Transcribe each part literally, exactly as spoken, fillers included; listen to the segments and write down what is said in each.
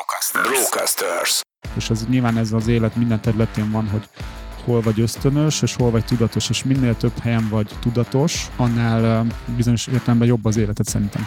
Brocasters. Brocasters. És ez nyilván ez az élet minden területén van, hogy hol vagy ösztönös, és hol vagy tudatos, és minél több helyen vagy tudatos, annál bizonyos értelemben jobb az életed szerintem.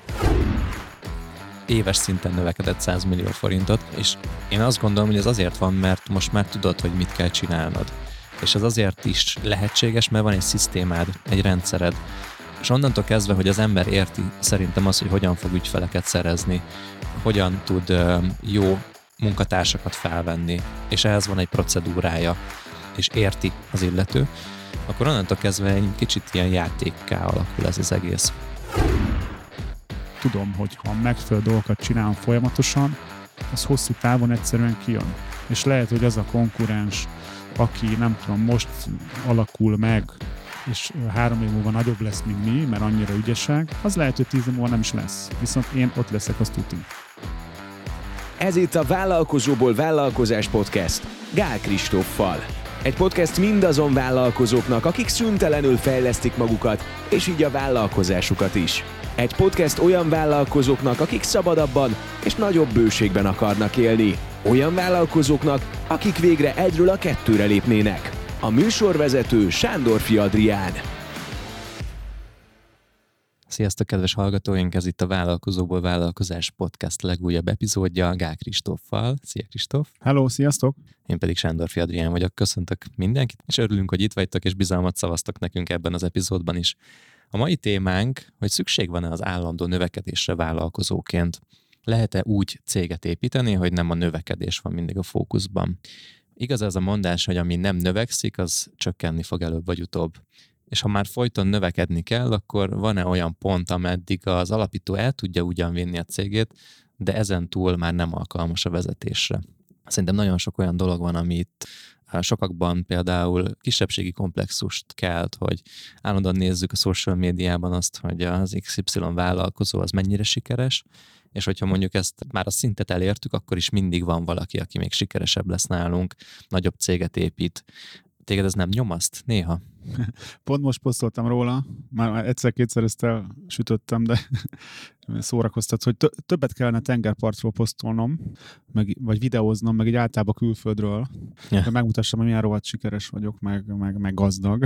Éves szinten növekedett száz millió forintot, és én azt gondolom, hogy ez azért van, mert most már tudod, hogy mit kell csinálnod. És ez azért is lehetséges, mert van egy szisztémád, egy rendszered. És onnantól kezdve, hogy az ember érti szerintem azt, hogy hogyan fog ügyfeleket szerezni, hogyan tud jó munkatársakat felvenni, és ehhez van egy procedúrája, és érti az illető, akkor onnantól kezdve egy kicsit ilyen játékká alakul ez az egész. Tudom, hogy ha megfelelő dolgokat csinálom folyamatosan, az hosszú távon egyszerűen kijön. És lehet, hogy az a konkurens, aki nem tudom, most alakul meg, és három év múlva nagyobb lesz, mint mi, mert annyira ügyesek, az lehet, hogy tíz év múlva nem is lesz. Viszont én ott leszek, azt tudni. Ez itt a Vállalkozóból Vállalkozás Podcast Gál Kristóffal. Egy podcast mindazon vállalkozóknak, akik szüntelenül fejlesztik magukat, és így a vállalkozásukat is. Egy podcast olyan vállalkozóknak, akik szabadabban és nagyobb bőségben akarnak élni. Olyan vállalkozóknak, akik végre egyről a kettőre lépnének. A műsorvezető Sándorfi Adrián. Sziasztok, kedves hallgatóink! Ez itt a Vállalkozóból Vállalkozás Podcast legújabb epizódja Gál Kristóffal. Szia Kristóf! Hello, sziasztok! Én pedig Sándorfi Adrián vagyok. Köszöntök mindenkit, és örülünk, hogy itt vagytok, és bizalmat szavaztok nekünk ebben az epizódban is. A mai témánk, hogy szükség van-e az állandó növekedésre vállalkozóként. Lehet-e úgy céget építeni, hogy nem a növekedés van mindig a fókuszban? Igaz ez a mondás, hogy ami nem növekszik, az csökkenni fog előbb vagy utóbb. És ha már folyton növekedni kell, akkor van-e olyan pont, ameddig az alapító el tudja ugyan vinni a cégét, de ezen túl már nem alkalmas a vezetésre. Szerintem nagyon sok olyan dolog van, amit sokakban például kisebbségi komplexust kelt, hogy állandóan nézzük a social médiában azt, hogy az iksz ipszilon vállalkozó az mennyire sikeres, és hogyha mondjuk ezt már a szintet elértük, akkor is mindig van valaki, aki még sikeresebb lesz nálunk, nagyobb céget épít. Téged ez nem nyomaszt néha? Pont most posztoltam róla, már egyszer-kétszer ezt elsütöttem, de szórakoztat, hogy tö- többet kellene tengerpartról posztolnom, meg, vagy videóznom, meg egy általában külföldről, ja. Hogy megmutassam, hogy milyen rohadt sikeres vagyok, meg, meg, meg gazdag.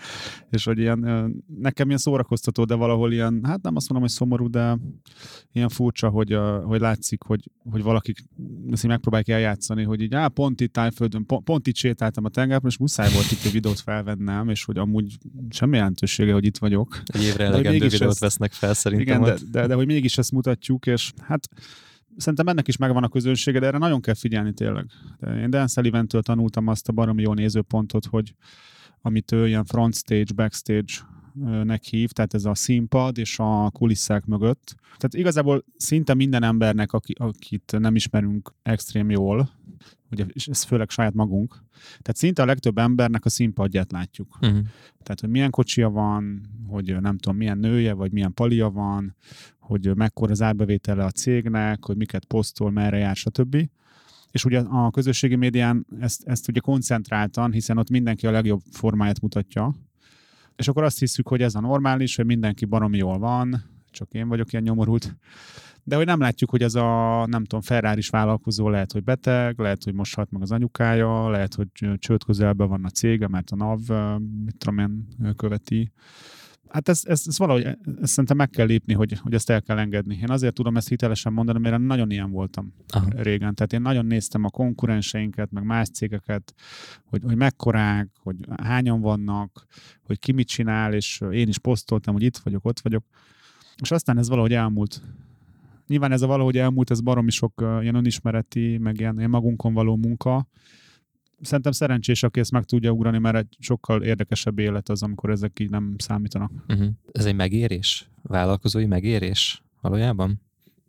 És hogy ilyen, nekem ilyen szórakoztató, de valahol ilyen, hát nem azt mondom, hogy szomorú, de ilyen furcsa, hogy, hogy látszik, hogy, hogy valakik ezt így megpróbálják eljátszani, hogy így, á, pont itt Tájföldön, pont, pont itt sétáltam a tengerben, és muszáj volt itt egy videót felvennem, és hogy amúgy semmi jelentősége, hogy itt vagyok. Egy évre elegendő videót ezt, vesznek fel szerintem. Igen, de, de, de hogy mégis ezt mutatjuk, és hát szerintem ennek is megvan a közönsége, de erre nagyon kell figyelni tényleg. De én Dan Sullivan-től tanultam azt a baromi jó nézőpontot, hogy amit ő ilyen front stage, backstage-nek hív, tehát ez a színpad és a kulisszák mögött. Tehát igazából szinte minden embernek, aki, akit nem ismerünk extrém jól, ugye, és ez főleg saját magunk, tehát szinte a legtöbb embernek a színpadját látjuk. Uh-huh. Tehát, hogy milyen kocsia van, hogy nem tudom, milyen nője, vagy milyen palia van, hogy mekkora az árbevétele a cégnek, hogy miket posztol, merre jár, stb. És ugye a közösségi médián ezt, ezt ugye koncentráltan, hiszen ott mindenki a legjobb formáját mutatja, és akkor azt hiszük, hogy ez a normális, hogy mindenki baromi jól van, csak én vagyok ilyen nyomorult. De hogy nem látjuk, hogy ez a, nem tudom, Ferraris vállalkozó lehet, hogy beteg, lehet, hogy most halt meg az anyukája, lehet, hogy csőd közelben van a cége, mert a NAV, mit tudom én, követi. Hát ezt, ezt, ezt valahogy, ezt szerintem meg kell lépni, hogy, hogy ezt el kell engedni. Én azért tudom ezt hitelesen mondani, mert én nagyon ilyen voltam Aha. régen. Tehát én nagyon néztem a konkurenseinket, meg más cégeket, hogy, hogy mekkorák, hogy hányan vannak, hogy ki mit csinál, és én is posztoltam, hogy itt vagyok, ott vagyok. És aztán ez valahogy elmúlt. Nyilván ez a valahogy elmúlt, ez baromi sok uh, ilyen önismereti, meg ilyen, ilyen magunkon való munka. Szerintem szerencsés, aki ezt meg tudja ugrani, mert egy sokkal érdekesebb élet az, amikor ezek így nem számítanak. Uh-huh. Ez egy megérés? Vállalkozói megérés valójában?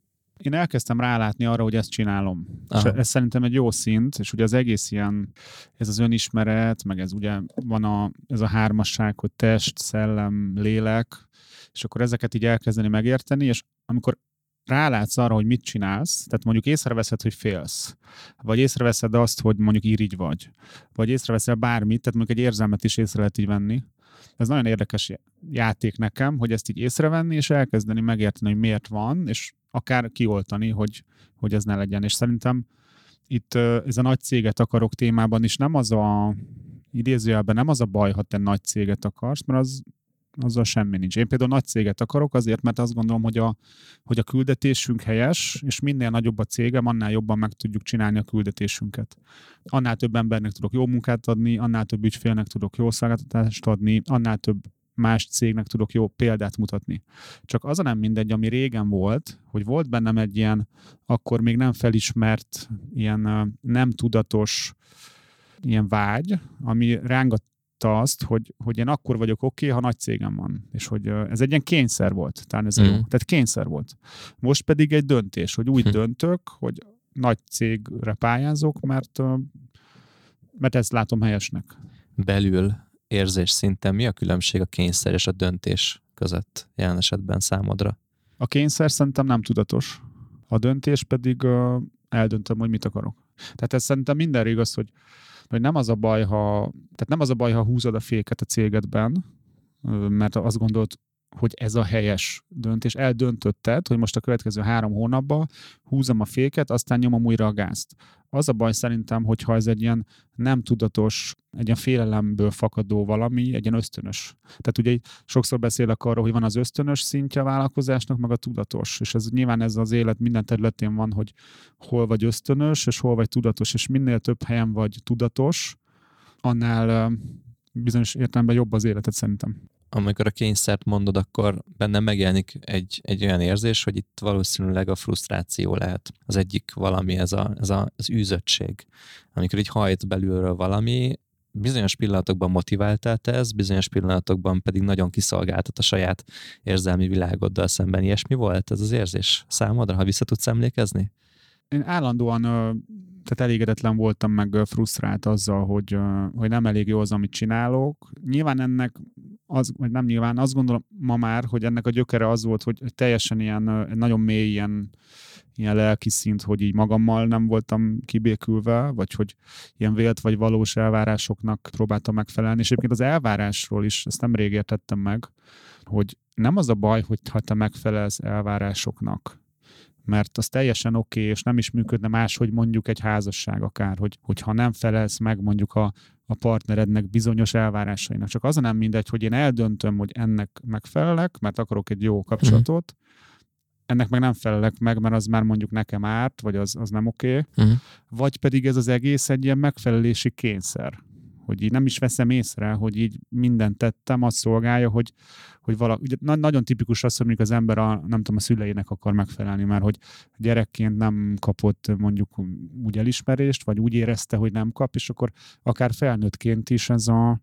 Én elkezdtem rálátni arra, hogy ezt csinálom. Aha. És ez szerintem egy jó szint, és ugye az egész ilyen, ez az önismeret, meg ez ugye van a, ez a hármasság, hogy test, szellem, lélek, és akkor ezeket így elkezdeni megérteni, és amikor rálátsz arra, hogy mit csinálsz, tehát mondjuk észreveszed, hogy félsz, vagy észreveszed azt, hogy mondjuk irigy vagy, vagy észreveszel bármit, tehát mondjuk egy érzelmet is észre lehet így venni, ez nagyon érdekes játék nekem, hogy ezt így észrevenni, és elkezdeni megérteni, hogy miért van, és akár kioltani, hogy, hogy ez ne legyen. És szerintem itt ez a nagy céget akarok témában is nem az a, idézőjelben nem az a baj, ha te nagy céget akarsz, mert az, azzal semmi nincs. Én például nagy céget akarok azért, mert azt gondolom, hogy a, hogy a küldetésünk helyes, és minél nagyobb a cégem, annál jobban meg tudjuk csinálni a küldetésünket. Annál több embernek tudok jó munkát adni, annál több ügyfélnek tudok jó szolgáltatást adni, annál több más cégnek tudok jó példát mutatni. Csak az a nem mindegy, ami régen volt, hogy volt bennem egy ilyen, akkor még nem felismert, ilyen nem tudatos ilyen vágy, ami rángatta azt, hogy, hogy én akkor vagyok oké, okay, ha nagy cégem van. És hogy ez egy ilyen kényszer volt. Talán ez mm. jó. Tehát kényszer volt. Most pedig egy döntés, hogy úgy hm. döntök, hogy nagy cégre pályázok, mert, mert ezt látom helyesnek. Belül érzés szinten mi a különbség a kényszer és a döntés között jelen esetben számodra? A kényszer szerintem nem tudatos. A döntés pedig uh, eldöntöm, hogy mit akarok. Tehát ez szerintem mindenre igaz, hogy, hogy nem az a baj, ha, tehát nem az a baj, ha húzod a féket a cégedben, mert azt gondolod, hogy ez a helyes döntés. Eldöntötted, hogy most a következő három hónapban húzom a féket, aztán nyomom újra a gázt. Az a baj szerintem, hogyha ez egy ilyen nem tudatos, egy ilyen félelemből fakadó valami, egy ilyen ösztönös. Tehát ugye sokszor beszélek arról, hogy van az ösztönös szintje a vállalkozásnak, meg a tudatos. És ez nyilván ez az élet minden területén van, hogy hol vagy ösztönös, és hol vagy tudatos. És minél több helyen vagy tudatos, annál bizonyos értelemben jobb az életet szerintem. Amikor a kényszert mondod, akkor bennem megjelenik egy, egy olyan érzés, hogy itt valószínűleg a frusztráció lehet. Az egyik valami, ez, a, ez a, az űzöttség. Amikor így hajt belülről valami, bizonyos pillanatokban motiváltál te ez, bizonyos pillanatokban pedig nagyon kiszolgáltat a saját érzelmi világoddal szemben. Ilyesmi volt ez az érzés számodra, ha vissza tudsz emlékezni? Én állandóan tehát elégedetlen voltam, meg frusztrált azzal, hogy, hogy nem elég jó az, amit csinálok. Nyilván ennek, az, vagy nem nyilván, azt gondolom ma már, hogy ennek a gyökere az volt, hogy teljesen ilyen, nagyon mély ilyen, ilyen lelki szint, hogy így magammal nem voltam kibékülve, vagy hogy ilyen vélt vagy valós elvárásoknak próbáltam megfelelni. És egyébként az elvárásról is, ezt nem rég értettem meg, hogy nem az a baj, hogy ha te megfelelsz elvárásoknak, mert az teljesen oké, okay, és nem is működne máshogy mondjuk egy házasság akár, hogy, hogyha nem felelsz meg mondjuk a, a partnerednek bizonyos elvárásainak. Csak az a nem mindegy, hogy én eldöntöm, hogy ennek megfelelek, mert akarok egy jó kapcsolatot, mm. ennek meg nem felelek meg, mert az már mondjuk nekem árt, vagy az, az nem oké, okay. mm. vagy pedig ez az egész egy ilyen megfelelési kényszer. Hogy így nem is veszem észre, hogy így mindent tettem, azt szolgálja, hogy, hogy vala, ugye na, nagyon tipikus az, hogy mondjuk az ember a, nem tudom, a szüleinek akar megfelelni, mert hogy gyerekként nem kapott mondjuk úgy elismerést, vagy úgy érezte, hogy nem kap, és akkor akár felnőttként is ez a,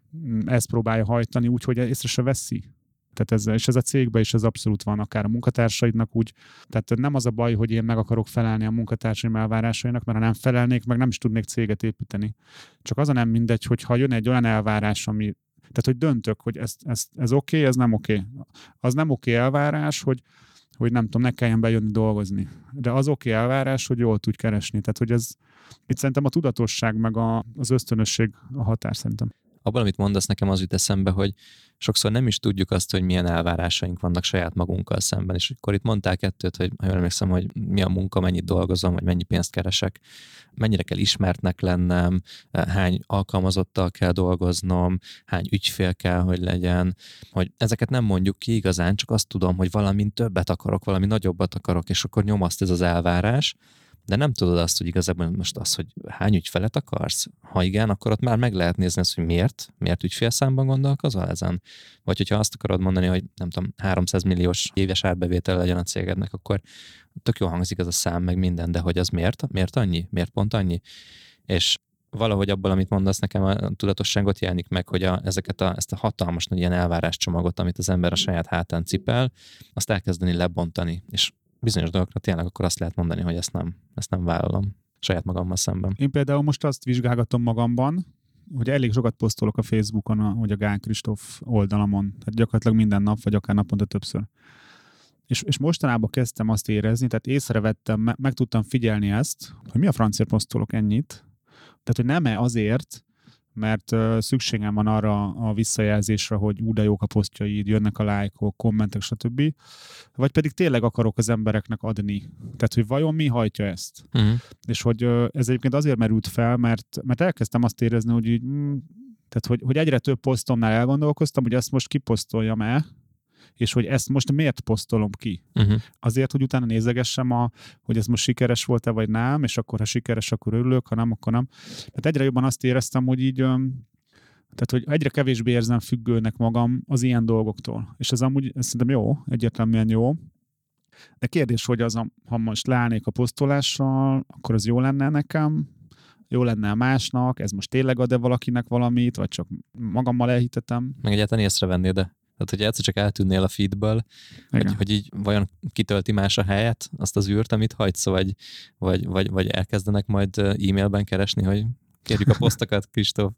ezt próbálja hajtani úgy, hogy észre se veszi. Tehát ez, és ez a cégben is ez abszolút van, akár a munkatársaidnak úgy. Tehát nem az a baj, hogy én meg akarok felelni a munkatársaim elvárásainak, mert ha nem felelnék, meg nem is tudnék céget építeni. Csak az a nem mindegy, hogy ha jön egy olyan elvárás, ami, tehát hogy döntök, hogy ez, ez, ez oké, okay, ez nem oké. Okay. Az nem oké okay elvárás, hogy, hogy nem tudom, ne kelljen bejönni dolgozni. De az oké okay elvárás, hogy jól tudj keresni. Tehát, hogy ez, itt szerintem a tudatosság meg a, az ösztönösség a határ szerintem. Abban, amit mondasz, nekem az jut eszembe, hogy sokszor nem is tudjuk azt, hogy milyen elvárásaink vannak saját magunkkal szemben, és akkor itt mondtál kettőt, hogy ha jól emlékszem, hogy mi a munka, mennyit dolgozom, vagy mennyi pénzt keresek, mennyire kell ismertnek lennem, hány alkalmazottal kell dolgoznom, hány ügyfél kell, hogy legyen, hogy ezeket nem mondjuk ki igazán, csak azt tudom, hogy valamint többet akarok, valami nagyobbat akarok, és akkor nyomaszt ez az elvárás, de nem tudod azt, hogy igazából most az, hogy hány ügyfelet akarsz? Ha igen, akkor ott már meg lehet nézni azt, hogy miért, miért ügyfélszámban gondolkozol ezen? Vagy hogyha azt akarod mondani, hogy nem tudom, háromszáz milliós éves árbevétel legyen a cégednek, akkor tök jól hangzik ez a szám, meg minden, de hogy az miért? Miért annyi? Miért pont annyi? És valahogy abból, amit mondasz, nekem a tudatosságot jelenik meg, hogy a, ezeket a, ezt a hatalmas nagy ilyen elváráscsomagot, amit az ember a saját hátán cipel, azt elkezdeni lebontani, és bizonyos dolgokra tényleg akkor azt lehet mondani, hogy ezt nem, ezt nem vállalom saját magammal szemben. Én például most azt vizsgálgatom magamban, hogy elég sokat posztolok a Facebookon, vagy a Gál Kristóf oldalamon. Tehát gyakorlatilag minden nap, vagy akár naponta többször. És, és mostanában kezdtem azt érezni, tehát észrevettem, meg, meg tudtam figyelni ezt, hogy mi a francia posztolok ennyit. Tehát, hogy nem-e azért, mert uh, szükségem van arra a visszajelzésre, hogy ú, de jók a posztjaid, jönnek a lájkok, kommentek, stb. Vagy pedig tényleg akarok az embereknek adni. Tehát, hogy vajon mi hajtja ezt? Uh-huh. És hogy uh, ez egyébként azért merült fel, mert, mert elkezdtem azt érezni, hogy így, mm, tehát, hogy, hogy egyre több posztomnál elgondolkoztam, hogy ezt most kiposztoljam-e, és hogy ezt most miért posztolom ki. Uh-huh. Azért, hogy utána nézegessem, a, hogy ez most sikeres volt-e, vagy nem, és akkor, ha sikeres, akkor örülök, ha nem, akkor nem. Tehát egyre jobban azt éreztem, hogy így, tehát, hogy egyre kevésbé érzem függőnek magam az ilyen dolgoktól. És ez amúgy, ez szerintem jó, egyértelműen jó. De kérdés, hogy az, ha most leállnék a posztolással, akkor az jó lenne nekem, jó lenne másnak, ez most tényleg ad-e valakinek valamit, vagy csak magammal elhitetem. Meg egyáltalán észrevennéd, de tehát, hogy egyszer csak eltűnnél a feedből, hogy, hogy így vajon kitölti más a helyet, azt az űrt, amit hagysz, vagy, vagy, vagy, vagy elkezdenek majd e-mailben keresni, hogy kérjük a posztokat, Kristóf.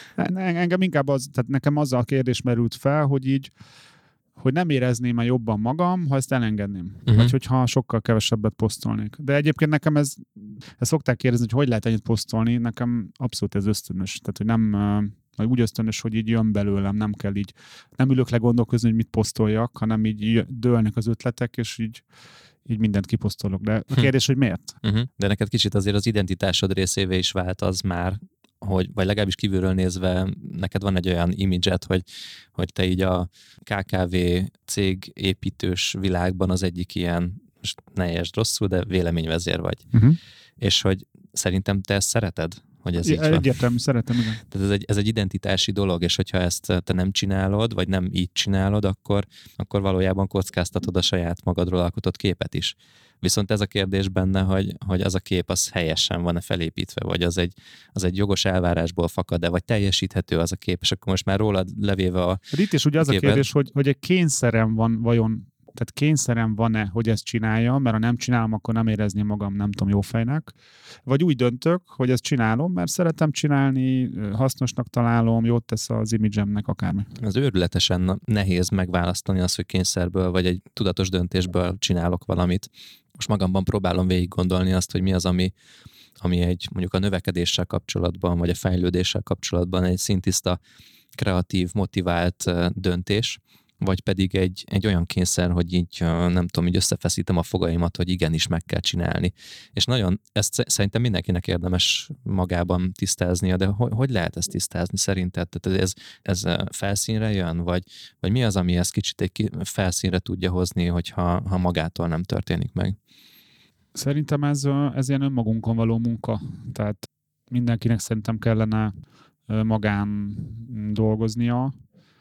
Engem inkább az, tehát nekem az a kérdés merült fel, hogy így, hogy nem érezném-e jobban magam, ha ezt elengedném. Uh-huh. Vagy hogyha sokkal kevesebbet posztolnék. De egyébként nekem ez, ezt szokták kérdezni, hogy hogy lehet ennyit posztolni, nekem abszolút ez ösztönös. Tehát, hogy nem... vagy úgy ösztönös, hogy így jön belőlem, nem kell így, nem ülök le gondolkozni, hogy mit posztoljak, hanem így dőlnek az ötletek, és így, így mindent kiposztolok. De a kérdés, hm. hogy miért? Uh-huh. De neked kicsit azért az identitásod részévé is vált az már, hogy, vagy legalábbis kívülről nézve neked van egy olyan imidzset, hogy, hogy te így a ká ká vé cég építős világban az egyik ilyen, most ne értsd rosszul, de véleményvezér vagy. Uh-huh. És hogy szerintem te ezt szereted? Hogy ez így van. Egyértelmű, szeretem, igen. Tehát ez egy, ez egy identitási dolog, és hogyha ezt te nem csinálod, vagy nem így csinálod, akkor, akkor valójában kockáztatod a saját magadról alkotott képet is. Viszont ez a kérdés benne, hogy, hogy az a kép az helyesen van-e felépítve, vagy az egy, az egy jogos elvárásból fakad-e, vagy teljesíthető az a kép, és akkor most már rólad levéve a de itt is ugye az a kérdés, hogy, hogy egy kényszerem van vajon, tehát kényszerem van-e, hogy ezt csinálja, mert ha nem csinálom, akkor nem érezném magam, nem tudom, jó fejnek. Vagy úgy döntök, hogy ezt csinálom, mert szeretem csinálni, hasznosnak találom, jót tesz az imidzsemnek, akármi. Az őrületesen nehéz megválasztani azt, hogy kényszerből, vagy egy tudatos döntésből csinálok valamit. Most magamban próbálom végig gondolni azt, hogy mi az, ami, ami egy mondjuk a növekedéssel kapcsolatban, vagy a fejlődéssel kapcsolatban egy szintiszta, kreatív, motivált döntés, vagy pedig egy, egy olyan kényszer, hogy így nem tudom, így összefeszítem a fogaimat, hogy igenis meg kell csinálni. És nagyon, ezt szerintem mindenkinek érdemes magában tisztáznia, de hogy, hogy lehet ezt tisztázni szerinted? Tehát ez, ez felszínre jön, vagy, vagy mi az, ami ezt kicsit egy felszínre tudja hozni, hogyha ha magától nem történik meg? Szerintem ez, ez ilyen önmagunkon való munka. Tehát mindenkinek szerintem kellene magán dolgoznia,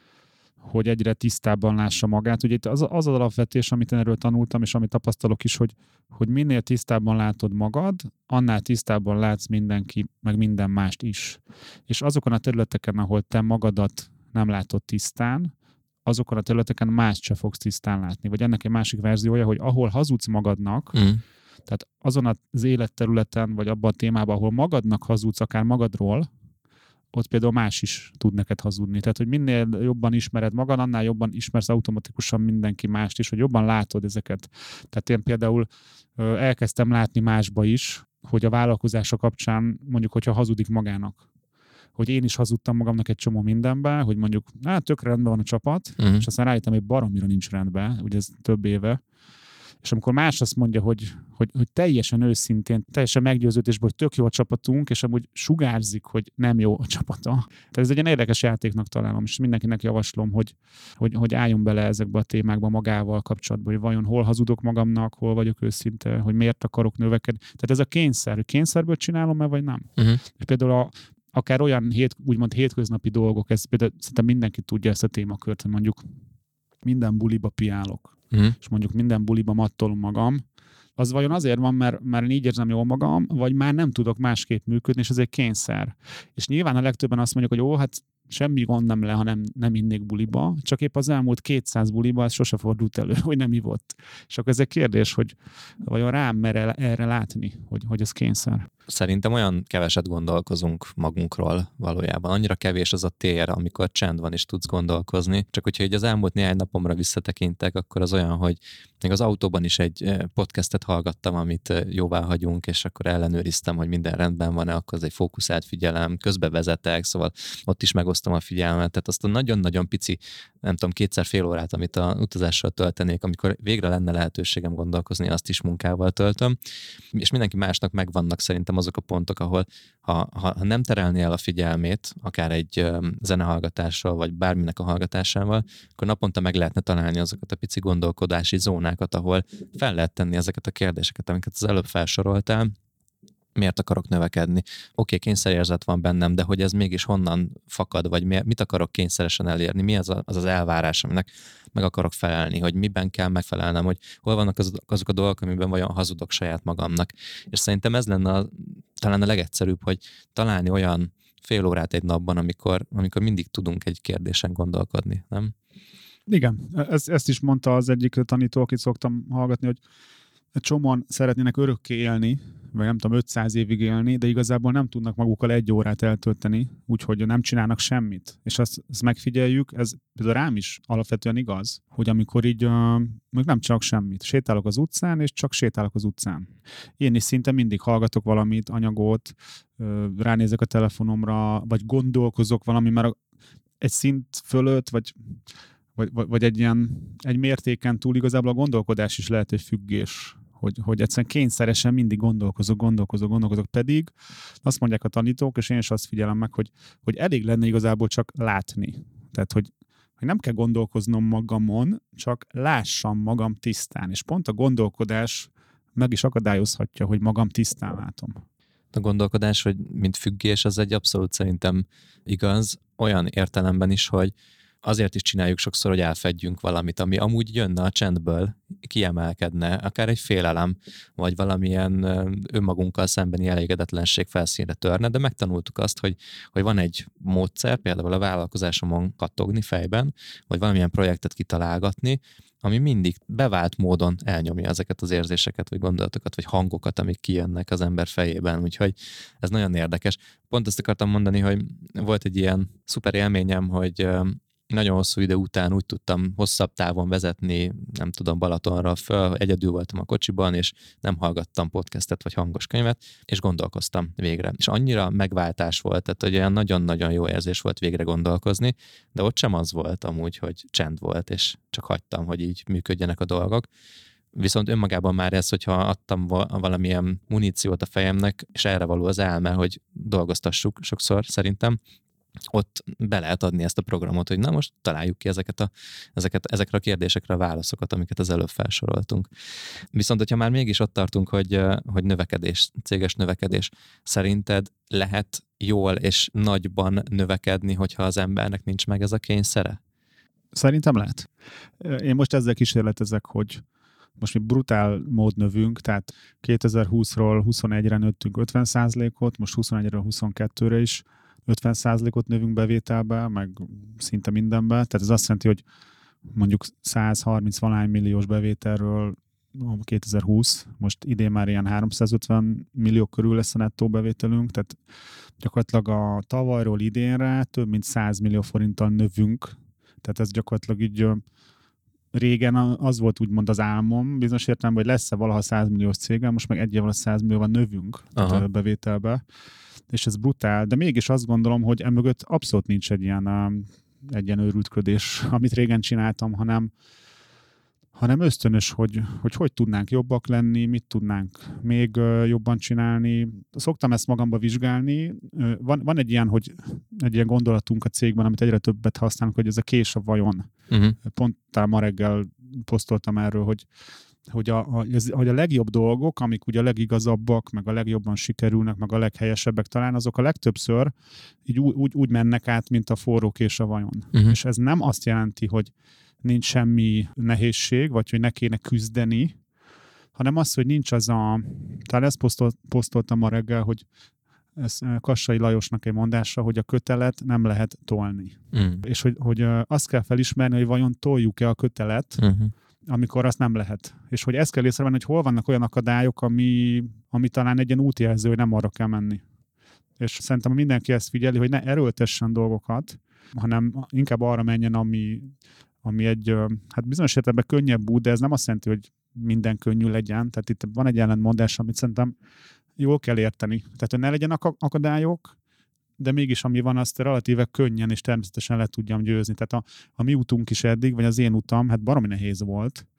hogy egyre tisztábban lássa magát. Ugye itt az az, az alapvetés, amit én erről tanultam, és amit tapasztalok is, hogy, hogy minél tisztábban látod magad, annál tisztábban látsz mindenki, meg minden mást is. És azokon a területeken, ahol te magadat nem látod tisztán, azokon a területeken mást se fogsz tisztán látni. Vagy ennek egy másik verziója, hogy ahol hazudsz magadnak, mm. tehát azon az életterületen, vagy abban a témában, ahol magadnak hazudsz, akár magadról, ott például más is tud neked hazudni. Tehát, hogy minél jobban ismered magad, annál jobban ismersz automatikusan mindenki mást is, hogy jobban látod ezeket. Tehát én például elkezdtem látni másba is, hogy a vállalkozása kapcsán mondjuk, hogyha hazudik magának, hogy én is hazudtam magamnak egy csomó mindenbe, hogy mondjuk, hát tökre rendben van a csapat, uh-huh. és aztán rájöttem, hogy baromira nincs rendben, ugye ez több éve. És amikor más azt mondja, hogy, hogy, hogy teljesen őszintén, teljesen meggyőződésben, hogy tök jó a csapatunk, és amúgy sugárzik, hogy nem jó a csapata. Tehát ez egy ilyen érdekes játéknak találom, és mindenkinek javaslom, hogy, hogy, hogy álljon bele ezekbe a témákba magával kapcsolatban, hogy vajon hol hazudok magamnak, hol vagyok őszinte, hogy miért akarok növekedni. Tehát ez a kényszer, hogy kényszerből csinálom-e, vagy nem. Uh-huh. És például a, akár olyan hét, úgymond hétköznapi dolgok, ez például szerintem mindenki tudja ezt a témakört, hogy mondjuk minden buliba piálok. Uh-huh. És mondjuk minden buliba mattolom magam, az vajon azért van, mert már így érzem jól magam, vagy már nem tudok másképp működni, és ez egy kényszer. És nyilván a legtöbben azt mondjuk, hogy ó, hát semmi gond nem le, ha nem, nem innék buliba, csak épp az elmúlt kétszáz buliba ez sose fordult elő, hogy nem ivott. És akkor ez egy kérdés, hogy vajon rám mer erre látni, hogy, hogy ez kényszer. Szerintem olyan keveset gondolkozunk magunkról valójában. Annyira kevés az a tér, amikor csend van és tudsz gondolkozni. Csak hogyha így az elmúlt néhány napomra visszatekintek, akkor az olyan, hogy még az autóban is egy podcastet hallgattam, amit jóvá hagyunk, és akkor ellenőriztem, hogy minden rendben van-e, akkor az egy fókuszált figyelem, közbe vezetek, szóval ott is megosztom a figyelmet. Tehát azt a nagyon-nagyon pici, nem tudom, kétszer fél órát, amit a utazással töltenék, amikor végre lenne lehetőségem gondolkozni, azt is munkával töltöm. És mindenki másnak megvannak szerintem azok a pontok, ahol ha, ha, ha nem terelné el a figyelmét, akár egy um, zenehallgatással, vagy bárminek a hallgatásával, akkor naponta meg lehetne találni azokat a pici gondolkodási zónákat, ahol fel lehet tenni ezeket a kérdéseket, amiket az előbb felsoroltál. Miért akarok növekedni? Oké, okay, kényszerérzet van bennem, de hogy ez mégis honnan fakad, vagy mit akarok kényszeresen elérni? Mi az a, az, az elvárás, aminek meg akarok felelni, hogy miben kell megfelelnem, hogy hol vannak az, azok a dolgok, amiben vajon hazudok saját magamnak. És szerintem ez lenne a, talán a legegyszerűbb, hogy találni olyan fél órát egy napban, amikor, amikor mindig tudunk egy kérdésen gondolkodni, nem? Igen, ezt, ezt is mondta az egyik tanító, akit szoktam hallgatni, hogy egy csomóan szeretnének örökké élni, vagy nem tudom, ötszáz évig élni, de igazából nem tudnak magukkal egy órát eltölteni, úgyhogy nem csinálnak semmit. És azt, azt megfigyeljük, ez például rám is alapvetően igaz, hogy amikor így uh, még nem csinálok semmit. Sétálok az utcán, és csak sétálok az utcán. Én is szinte mindig hallgatok valamit, anyagot, uh, ránézek a telefonomra, vagy gondolkozok valami, mert egy szint fölött, vagy Vagy, vagy egy ilyen, egy mértéken túl igazából a gondolkodás is lehet egy függés, hogy, hogy egyszerűen kényszeresen mindig gondolkozok, gondolkozok, gondolkozok, pedig azt mondják a tanítók, és én is azt figyelem meg, hogy, hogy elég lenne igazából csak látni. Tehát, hogy, hogy nem kell gondolkoznom magamon, csak lássam magam tisztán, és pont a gondolkodás meg is akadályozhatja, hogy magam tisztán látom. A gondolkodás, hogy mint függés, az egy abszolút szerintem igaz, olyan értelemben is, hogy azért is csináljuk sokszor, hogy elfedjünk valamit, ami amúgy jönne a csendből, kiemelkedne, akár egy félelem, vagy valamilyen önmagunkkal szembeni elégedetlenség felszínre törne, de megtanultuk azt, hogy, hogy van egy módszer, például a vállalkozásomon kattogni fejben, vagy valamilyen projektet kitalálgatni, ami mindig bevált módon elnyomja ezeket az érzéseket, vagy gondolatokat, vagy hangokat, amik kijönnek az ember fejében. Úgyhogy ez nagyon érdekes. Pont ezt akartam mondani, hogy volt egy ilyen szuper élményem, hogy nagyon hosszú idő után úgy tudtam hosszabb távon vezetni, nem tudom, Balatonra föl, egyedül voltam a kocsiban, és nem hallgattam podcastet vagy hangos könyvet, és gondolkoztam végre. És annyira megváltás volt, tehát hogy olyan nagyon-nagyon jó érzés volt végre gondolkozni, de ott sem az volt amúgy, hogy csend volt, és csak hagytam, hogy így működjenek a dolgok. Viszont önmagában már ez, hogyha adtam valamilyen muníciót a fejemnek, és erre való az elme, hogy dolgoztassuk sokszor szerintem, ott be lehet adni ezt a programot, hogy na most találjuk ki ezeket a, ezeket, ezekre a kérdésekre a válaszokat, amiket az előbb felsoroltunk. Viszont, hogyha már mégis ott tartunk, hogy, hogy növekedés, céges növekedés, szerinted lehet jól és nagyban növekedni, hogyha az embernek nincs meg ez a kényszere? Szerintem lehet. Én most ezzel kísérletezek, hogy most mi brutál mód növünk, tehát kétezer-húszról huszonegyre nőttünk ötven százalékot, most huszonegyről huszonkettőre is ötven százalékot növünk bevételbe, meg szinte mindenbe. Tehát ez azt jelenti, hogy mondjuk száz harminc valahány milliós bevételről kétezer-húsz, most idén már ilyen háromszázötven millió körül lesz a nettó bevételünk, tehát gyakorlatilag a tavalyról idénre több mint száz millió forinttal növünk, tehát ez gyakorlatilag így régen az volt úgymond az álmom, bizonyos értelemben, hogy lesz-e valaha száz milliós cégem, most meg egy évvel száz millióval növünk a bevételbe, és ez brutál, de mégis azt gondolom, hogy emögött abszolút nincs egy ilyen, egy ilyen őrültködés, amit régen csináltam, hanem, hanem ösztönös, hogy, hogy hogy tudnánk jobbak lenni, mit tudnánk még jobban csinálni. Szoktam ezt magamba vizsgálni. Van, van egy ilyen, hogy egy ilyen gondolatunk a cégben, amit egyre többet használunk, hogy ez a kés a vajon. Uh-huh. Pont talán ma reggel posztoltam erről, hogy Hogy a, a, hogy a legjobb dolgok, amik ugye a legigazabbak, meg a legjobban sikerülnek, meg a leghelyesebbek talán, azok a legtöbbször így úgy, úgy mennek át, mint a forró kés a vajon. Uh-huh. És ez nem azt jelenti, hogy nincs semmi nehézség, vagy hogy ne kéne küzdeni, hanem az, hogy nincs az a... Talán ezt posztol, posztoltam ma reggel, hogy ez Kassai Lajosnak egy mondása, hogy a kötelet nem lehet tolni. Uh-huh. És hogy, hogy azt kell felismerni, hogy vajon toljuk-e a kötelet, uh-huh. amikor azt nem lehet. És hogy ezt kell észrevenni, hogy hol vannak olyan akadályok, ami, ami talán egy ilyen útjelző, hogy nem arra kell menni. És szerintem mindenki ezt figyeli, hogy ne erőltessen dolgokat, hanem inkább arra menjen, ami, ami egy, hát bizonyos értelemben könnyebb út, de ez nem azt jelenti, hogy minden könnyű legyen. Tehát itt van egy ellentmondás, amit szerintem jól kell érteni. Tehát, hogy ne legyenek akadályok, de mégis ami van, azt relatíve könnyen és természetesen le tudjam győzni. Tehát a, a mi utunk is eddig, vagy az én utam, hát baromi nehéz volt,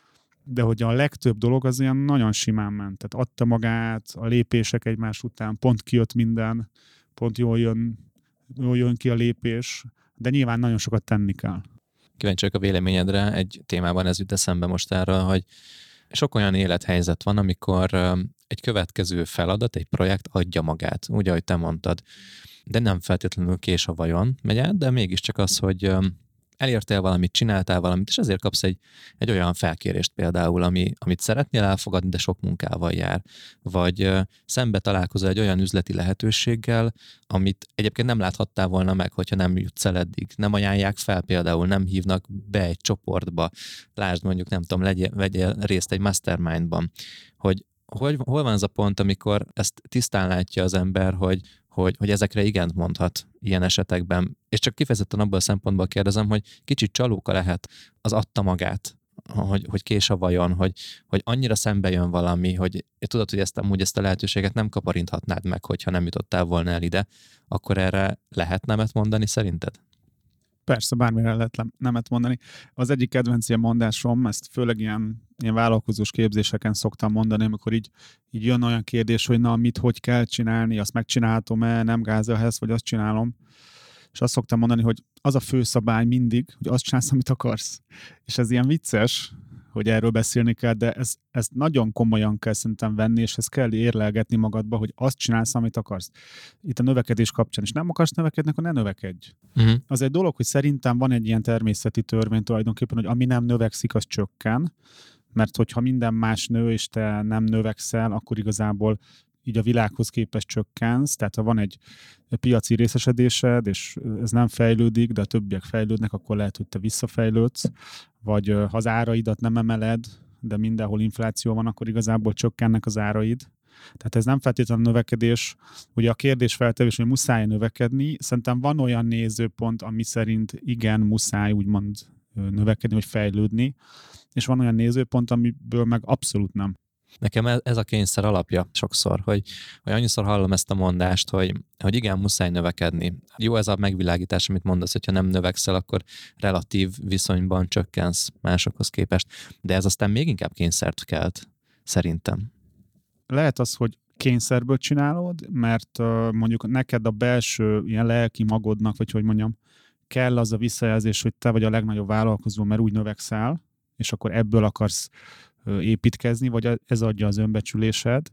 de hogy a legtöbb dolog az ilyen nagyon simán ment. Tehát adta magát, a lépések egymás után, pont kijött minden, pont jól jön, jól jön ki a lépés, de nyilván nagyon sokat tenni kell. Kíváncsi vagyok a véleményedre, egy témában ez jut eszembe most erről, hogy sok olyan élethelyzet van, amikor egy következő feladat, egy projekt adja magát, úgy, ahogy te mondtad. De nem feltétlenül kés a vajon megy át, de mégiscsak az, hogy elértél valamit, csináltál valamit, és ezért kapsz egy, egy olyan felkérést például, ami, amit szeretnél elfogadni, de sok munkával jár. Vagy uh, szembe találkozol egy olyan üzleti lehetőséggel, amit egyébként nem láthattál volna meg, hogyha nem jutsz el eddig. Nem ajánlják fel például, nem hívnak be egy csoportba. Lásd mondjuk, nem tudom, legyél, vegyél részt egy mastermindban. Hogy hol, hol van az a pont, amikor ezt tisztán látja az ember, hogy Hogy, hogy ezekre igent mondhat ilyen esetekben. És csak kifejezetten abban a szempontból kérdezem, hogy kicsit csalóka lehet az adta magát, hogy, hogy kés a vajon, hogy, hogy annyira szembe jön valami, hogy tudod, hogy ezt, amúgy ezt a lehetőséget nem kaparinthatnád meg, hogyha nem jutottál volna el ide, akkor erre lehet nemet mondani szerinted? Persze, bármire lehet nemet mondani. Az egyik kedvenc ilyen mondásom, ezt főleg ilyen, ilyen vállalkozós képzéseken szoktam mondani, amikor így, így jön olyan kérdés, hogy na, mit, hogy kell csinálni, azt megcsinálhatom-e, nem gáz ehhez, vagy azt csinálom. És azt szoktam mondani, hogy az a fő szabály mindig, hogy azt csinálsz, amit akarsz. És ez ilyen vicces, hogy erről beszélni kell, de ez, ez nagyon komolyan kell szerintem venni, és ezt kell érlelgetni magadba, hogy azt csinálsz, amit akarsz. Itt a növekedés kapcsán is nem akarsz növekedni, akkor ne növekedj. Uh-huh. Az egy dolog, hogy szerintem van egy ilyen természeti törvény tulajdonképpen, hogy ami nem növekszik, az csökken, mert hogyha minden más nő, és te nem növekszel, akkor igazából így a világhoz képest csökkensz, tehát ha van egy piaci részesedésed, és ez nem fejlődik, de a többiek fejlődnek, akkor lehet, hogy te visszafejlődsz, vagy ha az áraidat nem emeled, de mindenhol infláció van, akkor igazából csökkennek az áraid. Tehát ez nem feltétlenül növekedés. Ugye a kérdés feltevés, hogy muszáj növekedni, szerintem van olyan nézőpont, ami szerint igen, muszáj úgymond növekedni, vagy fejlődni, és van olyan nézőpont, amiből meg abszolút nem. Nekem ez a kényszer alapja sokszor, hogy, hogy annyiszor hallom ezt a mondást, hogy, hogy igen, muszáj növekedni. Jó ez a megvilágítás, amit mondasz, hogyha nem növekszel, akkor relatív viszonyban csökkensz másokhoz képest. De ez aztán még inkább kényszert kelt, szerintem. Lehet az, hogy kényszerből csinálod, mert uh, mondjuk neked a belső ilyen lelki magodnak, vagy hogy mondjam, kell az a visszajelzés, hogy te vagy a legnagyobb vállalkozó, mert úgy növekszel, és akkor ebből akarsz építkezni, vagy ez adja az önbecsülésed,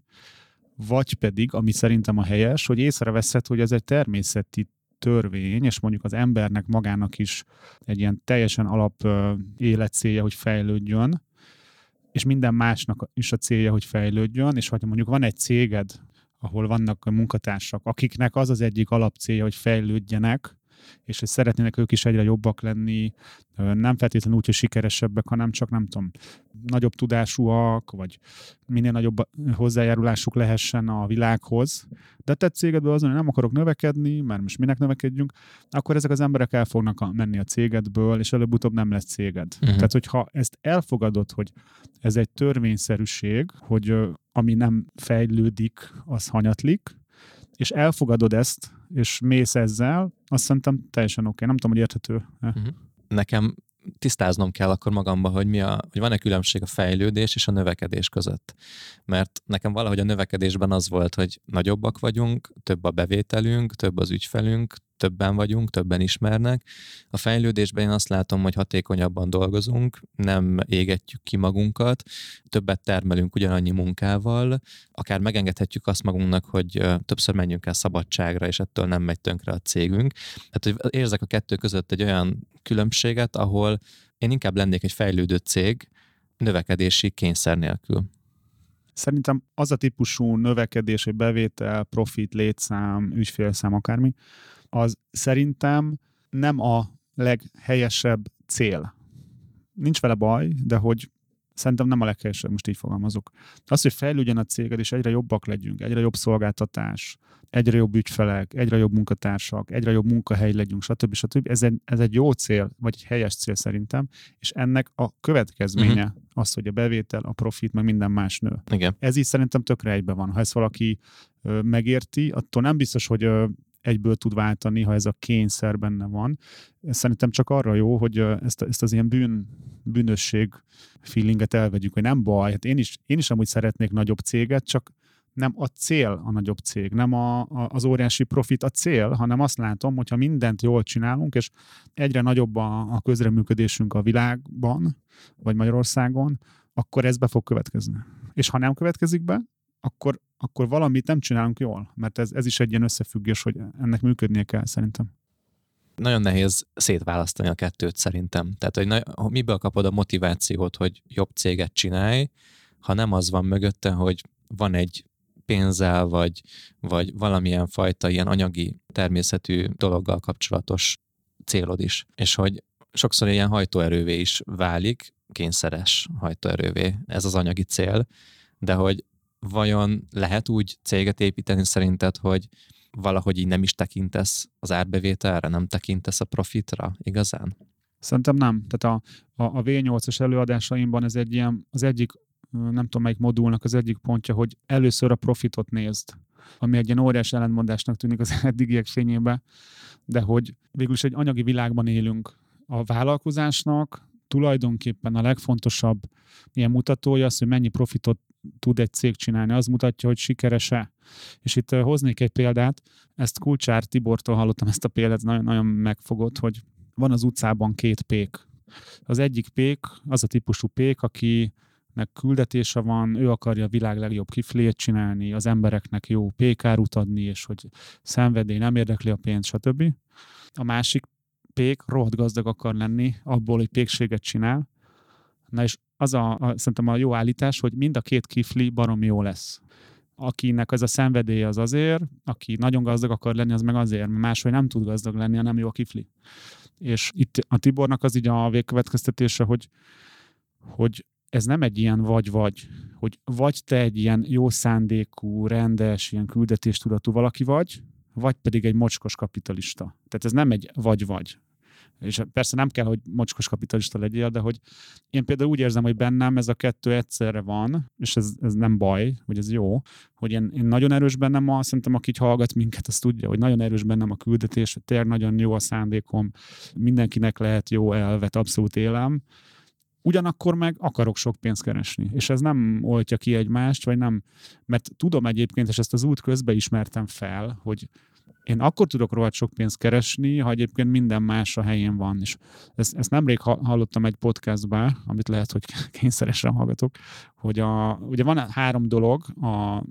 vagy pedig, ami szerintem a helyes, hogy észreveszed, hogy ez egy természeti törvény, és mondjuk az embernek magának is egy ilyen teljesen alap életcélja, hogy fejlődjön, és minden másnak is a célja, hogy fejlődjön, és ha mondjuk van egy céged, ahol vannak munkatársak, akiknek az az egyik alapcélja, hogy fejlődjenek, és hogy szeretnének ők is egyre jobbak lenni, nem feltétlenül úgy, hogy sikeresebbek, hanem csak nem tudom, nagyobb tudásúak, vagy minél nagyobb hozzájárulásuk lehessen a világhoz. De te cégedből azon, hogy nem akarok növekedni, mert most minek növekedjünk, akkor ezek az emberek el fognak menni a cégedből, és előbb-utóbb nem lesz céged. Uh-huh. Tehát, hogyha ezt elfogadod, hogy ez egy törvényszerűség, hogy ami nem fejlődik, az hanyatlik, és elfogadod ezt, és mész ezzel, azt szerintem teljesen oké. Okay. Nem tudom, hogy érthető. Uh-huh. Nekem tisztáznom kell akkor magamba, hogy, mi a, hogy van-e különbség a fejlődés és a növekedés között. Mert nekem valahogy a növekedésben az volt, hogy nagyobbak vagyunk, több a bevételünk, több az ügyfelünk, többen vagyunk, többen ismernek. A fejlődésben én azt látom, hogy hatékonyabban dolgozunk, nem égetjük ki magunkat, többet termelünk ugyanannyi munkával, akár megengedhetjük azt magunknak, hogy többször menjünk el szabadságra, és ettől nem megy tönkre a cégünk. Tehát hogy érzek a kettő között egy olyan különbséget, ahol én inkább lennék egy fejlődő cég növekedési kényszer nélkül. Szerintem az a típusú növekedés, hogy bevétel, profit, létszám, ügyfélszám, akármi, az szerintem nem a leghelyesebb cél. nincs vele baj, de hogy szerintem nem a leghelyesebb, most így fogalmazok. Az, hogy fejlődjön a céged, és egyre jobbak legyünk, egyre jobb szolgáltatás, egyre jobb ügyfelek, egyre jobb munkatársak, egyre jobb munkahely legyünk, stb. stb. Ez egy, ez egy jó cél, vagy egy helyes cél szerintem, és ennek a következménye uh-huh. az, hogy a bevétel, a profit, meg minden más nő. Igen. Ez így szerintem tökre egyben van. Ha ezt valaki ö, megérti, attól nem biztos, hogy ö, egyből tud váltani, ha ez a kényszer benne van. Ez szerintem csak arra jó, hogy ezt, ezt az ilyen bűn, bűnösség feelinget elvegyük, hogy nem baj. Hát én is, én is amúgy szeretnék nagyobb céget, csak nem a cél a nagyobb cég, nem a, a, az óriási profit a cél, hanem azt látom, hogyha mindent jól csinálunk, és egyre nagyobb a, a közreműködésünk a világban, vagy Magyarországon, akkor ez be fog következni. És ha nem következik be, akkor, akkor valamit nem csinálunk jól, mert ez, ez is egy ilyen összefüggés, hogy ennek működnie kell szerintem. Nagyon nehéz szétválasztani a kettőt szerintem. Tehát, hogy na, miből kapod a motivációt, hogy jobb céget csinálj, ha nem az van mögötte, hogy van egy pénzzel, vagy, vagy valamilyen fajta ilyen anyagi természetű dologgal kapcsolatos célod is. És hogy sokszor ilyen hajtóerővé is válik, kényszeres hajtóerővé ez az anyagi cél, de hogy vajon lehet úgy céget építeni szerinted, hogy valahogy így nem is tekintesz az árbevételre, nem tekintesz a profitra igazán? Szerintem nem. Tehát a, a, a vé nyolcas előadásaimban ez egy ilyen, az egyik, nem tudom melyik modulnak az egyik pontja, hogy először a profitot nézd, ami egy ilyen óriás ellentmondásnak tűnik az eddigiek fényében, de hogy végülis egy anyagi világban élünk. A vállalkozásnak tulajdonképpen a legfontosabb ilyen mutatója az, hogy mennyi profitot tud egy cég csinálni. Az mutatja, hogy sikeres-e. És itt hoznék egy példát, ezt Kulcsár Tibortól hallottam ezt a példát, nagyon, nagyon megfogott, hogy van az utcában két pék. Az egyik pék, az a típusú pék, akinek küldetése van, ő akarja a világ legjobb kiflét csinálni, az embereknek jó pékárut adni, és hogy szenvedély, nem érdekli a pénz, stb. A másik pék rohadt gazdag akar lenni, abból, hogy pékséget csinál. Na és az a, a, szerintem a jó állítás, hogy mind a két kifli baromi jó lesz. Akinek ez a szenvedélye az azért, aki nagyon gazdag akar lenni, az meg azért, mert máshogy nem tud gazdag lenni, ha nem jó a kifli. És itt a Tibornak az így a végkövetkeztetése, hogy, hogy ez nem egy ilyen vagy-vagy, hogy vagy te egy ilyen jó szándékú, rendes, ilyen küldetéstudatú valaki vagy, vagy pedig egy mocskos kapitalista. Tehát ez nem egy vagy-vagy. És persze nem kell, hogy mocskos kapitalista legyél, de hogy én például úgy érzem, hogy bennem ez a kettő egyszerre van, és ez, ez nem baj, hogy ez jó, hogy én, én nagyon erős bennem a, szerintem aki így hallgat minket, azt tudja, hogy nagyon erős bennem a küldetés, hogy tényleg nagyon jó a szándékom, mindenkinek lehet jó elvet, abszolút élem, ugyanakkor meg akarok sok pénzt keresni, és ez nem oltja ki egymást, vagy nem, mert tudom egyébként, és ezt az út közben ismertem fel, hogy én akkor tudok rohadt sok pénzt keresni, ha egyébként minden más a helyén van. És ezt, ezt nemrég hallottam egy podcastban, amit lehet, hogy kényszeresen hallgatok, hogy a, ugye van három dolog, a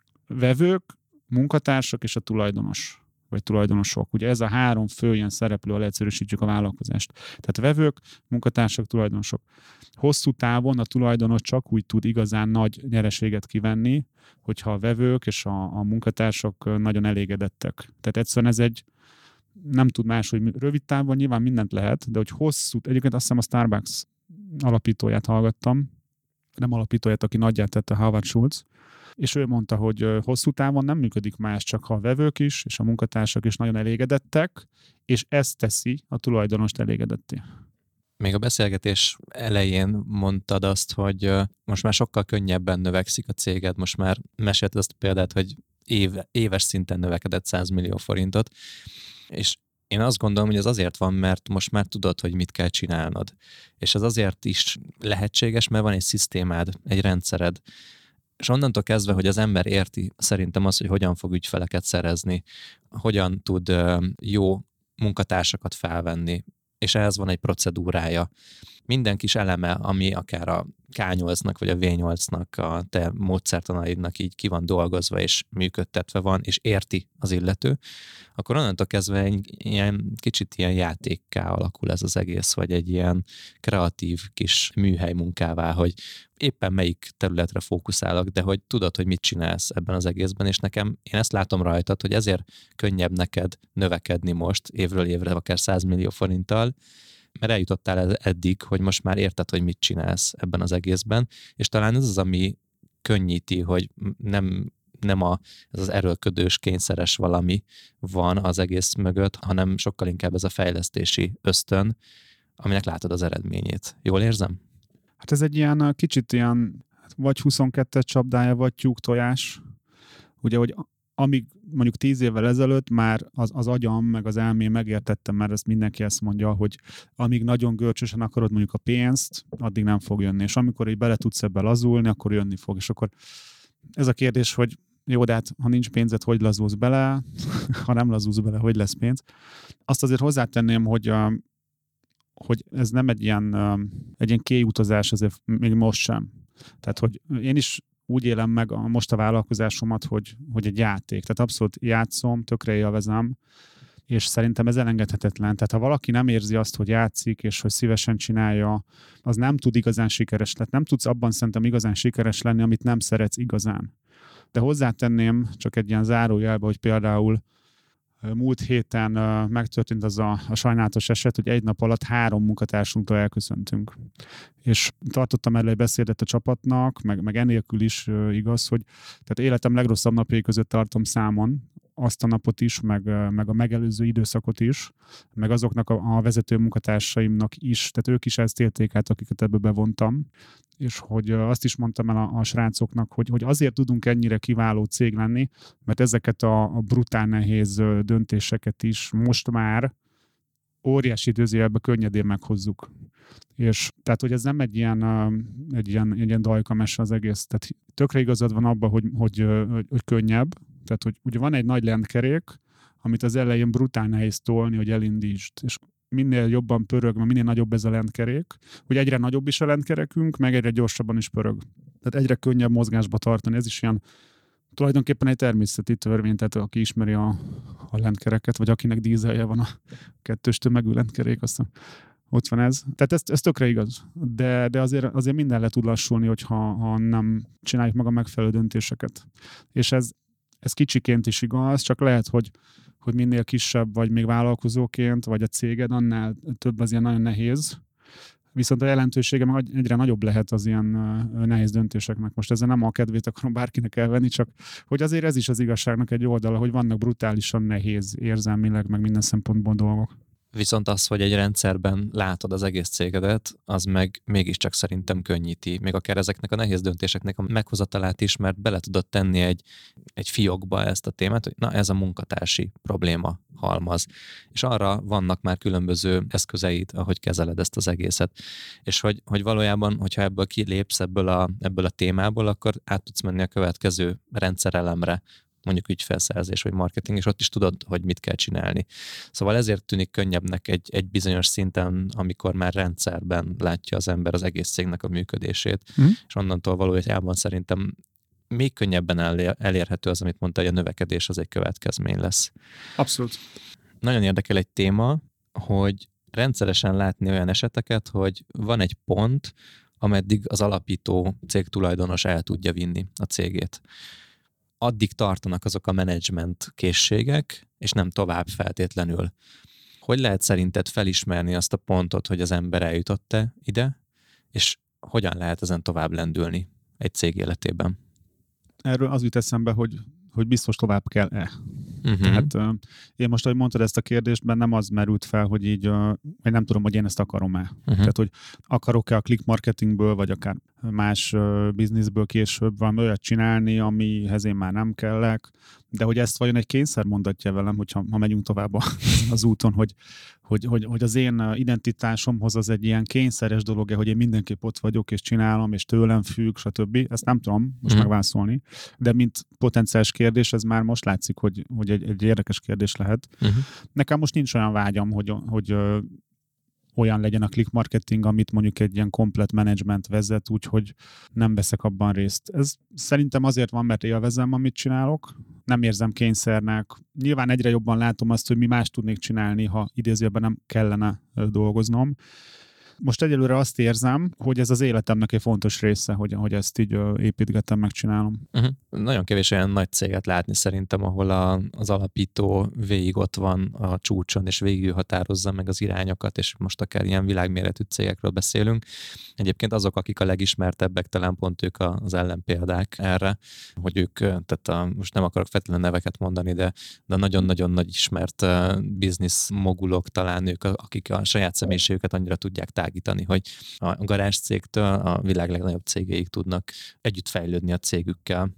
vevők, munkatársak és a tulajdonos, vagy tulajdonosok. Ugye ez a három fő ilyen szereplő, ha leegyszerűsítjük a vállalkozást. Tehát vevők, munkatársak, tulajdonosok. Hosszú távon a tulajdonos csak úgy tud igazán nagy nyereséget kivenni, hogyha a vevők és a, a munkatársak nagyon elégedettek. Tehát egyszerűen ez egy, nem tud más, hogy rövid távon nyilván mindent lehet, de hogy hosszú, egyébként azt hiszem a Starbucks alapítóját hallgattam, nem alapítóját, aki nagyját tette, Howard Schultz, és ő mondta, hogy hosszú távon nem működik más, csak ha a vevők is, és a munkatársak is nagyon elégedettek, és ez teszi a tulajdonost elégedetté. Még a beszélgetés elején mondtad azt, hogy most már sokkal könnyebben növekszik a céged, most már mesélted azt a példát, hogy év, éves szinten növekedett száz millió forintot, és én azt gondolom, hogy ez azért van, mert most már tudod, hogy mit kell csinálnod. És ez azért is lehetséges, mert van egy szisztémád, egy rendszered. És onnantól kezdve, hogy az ember érti szerintem azt, hogy hogyan fog ügyfeleket szerezni, hogyan tud jó munkatársakat felvenni, és ehhez van egy procedúrája. Minden kis eleme, ami akár a ká nyolcnak vagy a vé nyolcnak, a te módszertanaidnak így ki van dolgozva és működtetve van, és érti az illető, akkor onnantól kezdve egy ilyen kicsit ilyen játékká alakul ez az egész, vagy egy ilyen kreatív kis műhely munkává, hogy éppen melyik területre fókuszálok, de hogy tudod, hogy mit csinálsz ebben az egészben, és nekem, én ezt látom rajtad, hogy ezért könnyebb neked növekedni most, évről évre, akár száz millió forinttal, mert eljutottál eddig, hogy most már érted, hogy mit csinálsz ebben az egészben, és talán ez az, ami könnyíti, hogy nem, nem a, ez az erőlködős, kényszeres valami van az egész mögött, hanem sokkal inkább ez a fejlesztési ösztön, aminek látod az eredményét. Jól érzem? Hát ez egy ilyen kicsit ilyen vagy huszonkettes csapdája, vagy tyúk tojás. Ugye, hogy amíg mondjuk tíz évvel ezelőtt már az, az agyam, meg az elmém megértettem, mert ezt mindenki ezt mondja, hogy amíg nagyon görcsösen akarod mondjuk a pénzt, addig nem fog jönni. És amikor így bele tudsz ebbe lazulni, akkor jönni fog. És akkor ez a kérdés, hogy jó, de hát ha nincs pénzed, hogy lazulsz bele? Ha nem lazulsz bele, hogy lesz pénz? Azt azért hozzátenném, hogy hogy ez nem egy ilyen, egy ilyen kéjutazás azért még most sem. Tehát, hogy én is úgy élem meg a, most a vállalkozásomat, hogy, hogy egy játék. Tehát abszolút játszom, tökre élvezem, és szerintem ez elengedhetetlen. Tehát ha valaki nem érzi azt, hogy játszik, és hogy szívesen csinálja, az nem tud igazán sikeres lenni. Nem tudsz abban szerintem igazán sikeres lenni, amit nem szeretsz igazán. De hozzátenném csak egy ilyen zárójelbe, hogy például múlt héten uh, megtörtént az a, a sajnálatos eset, hogy egy nap alatt három munkatársunktól elköszöntünk. És tartottam erre egy beszédet a csapatnak, meg, meg enélkül is uh, igaz, hogy tehát életem legrosszabb napjai között tartom számon azt a napot is, meg, uh, meg a megelőző időszakot is, meg azoknak a, a vezető munkatársaimnak is, tehát ők is ezt élték át, akiket ebbe bevontam. És hogy azt is mondtam el a, a srácoknak, hogy, hogy azért tudunk ennyire kiváló cég lenni, mert ezeket a, a brutál nehéz döntéseket is most már óriási időzőjelben könnyedén meghozzuk. És tehát, hogy ez nem egy ilyen, egy ilyen, egy ilyen dajkamese az egész. Tehát tökre igazad van abban, hogy, hogy, hogy, hogy könnyebb. Tehát, hogy ugye van egy nagy lendkerék, amit az elején brutál nehéz tolni, hogy elindítsd. És minél jobban pörög, mert minél nagyobb ez a lendkerék, hogy egyre nagyobb is a lendkerekünk, meg egyre gyorsabban is pörög. Tehát egyre könnyebb mozgásba tartani. Ez is ilyen tulajdonképpen egy természeti törvény, tehát aki ismeri a, a lendkereket, vagy akinek dízelje van a kettős tömegű lendkerék, aztán ott van ez. Tehát ez, ez tökre igaz. De, de azért, azért minden le tud lassulni, hogyha ha nem csináljuk meg a megfelelő döntéseket. És ez, ez kicsiként is igaz, csak lehet, hogy hogy minél kisebb vagy még vállalkozóként, vagy a céged, annál több az ilyen nagyon nehéz. Viszont a jelentősége meg egyre nagyobb lehet az ilyen nehéz döntéseknek. Most ezzel nem a kedvét akarom bárkinek elvenni, csak hogy azért ez is az igazságnak egy oldala, hogy vannak brutálisan nehéz érzelmileg, meg minden szempontból dolgok. Viszont az, hogy egy rendszerben látod az egész cégedet, az meg mégiscsak szerintem könnyíti. Még akár ezeknek a nehéz döntéseknek a meghozatalát is, mert bele tudod tenni egy, egy fiókba ezt a témát, hogy na ez a munkatársi probléma halmaz. És arra vannak már különböző eszközeid, ahogy kezeled ezt az egészet. És hogy, hogy valójában, hogyha ebből kilépsz ebből a, ebből a témából, akkor át tudsz menni a következő rendszerelemre, mondjuk ügyfelszerzés vagy marketing, és ott is tudod, hogy mit kell csinálni. Szóval ezért tűnik könnyebbnek egy, egy bizonyos szinten, amikor már rendszerben látja az ember az egész cégnek a működését, mm. és onnantól valójában szerintem még könnyebben elérhető az, amit mondta, hogy a növekedés az egy következmény lesz. Abszolút. Nagyon érdekel egy téma, hogy rendszeresen látni olyan eseteket, hogy van egy pont, ameddig az alapító cégtulajdonos el tudja vinni a cégét. Addig tartanak azok a menedzsment készségek, és nem tovább feltétlenül. Hogy lehet szerinted felismerni azt a pontot, hogy az ember eljutott-e ide, és hogyan lehet ezen tovább lendülni egy cég életében? Erről az jut eszembe, hogy, hogy biztos tovább kell-e. Uh-huh. Tehát uh, én most, ahogy mondtad ezt a kérdést, bennem az merült fel, hogy így, uh, vagy nem tudom, hogy én ezt akarom-e. Uh-huh. Tehát, hogy akarok-e a click marketingből, vagy akár más uh, bizniszből később valami olyat csinálni, amihez én már nem kellek, de hogy ezt vajon egy kényszer mondatja velem, hogyha ha megyünk tovább az úton, hogy, hogy, hogy, hogy az én identitásomhoz az egy ilyen kényszeres dolog, hogy én mindenképp ott vagyok, és csinálom, és tőlem függ, stb. Ezt nem tudom most uh-huh. megválaszolni, de mint potenciális kérdés, ez már most látszik, hogy, hogy egy, egy érdekes kérdés lehet. Uh-huh. Nekem most nincs olyan vágyam, hogy, hogy ö, olyan legyen a click marketing, amit mondjuk egy ilyen komplet menedzsment vezet, úgyhogy nem veszek abban részt. Ez szerintem azért van, mert élvezem, amit csinálok, nem érzem kényszernek. Nyilván egyre jobban látom azt, hogy mi más tudnék csinálni, ha idézőben nem kellene dolgoznom. Most egyelőre azt érzem, hogy ez az életemnek egy fontos része, hogy, hogy ezt így építgetem, megcsinálom. Uh-huh. Nagyon kevés olyan nagy céget látni szerintem, ahol a, az alapító végig ott van a csúcson, és végig határozza meg az irányokat, és most akár ilyen világméretű cégekről beszélünk. Egyébként azok, akik a legismertebbek, talán pont ők az ellenpéldák erre, hogy ők, tehát a, most nem akarok feltétlenül neveket mondani, de, de nagyon-nagyon nagy ismert biznisz mogulok talán ők, akik a saját személyiségüket annyira tudják tágítani, hogy a garázscégtől a világ legnagyobb cégéig tudnak együtt fejlődni a cégükkel.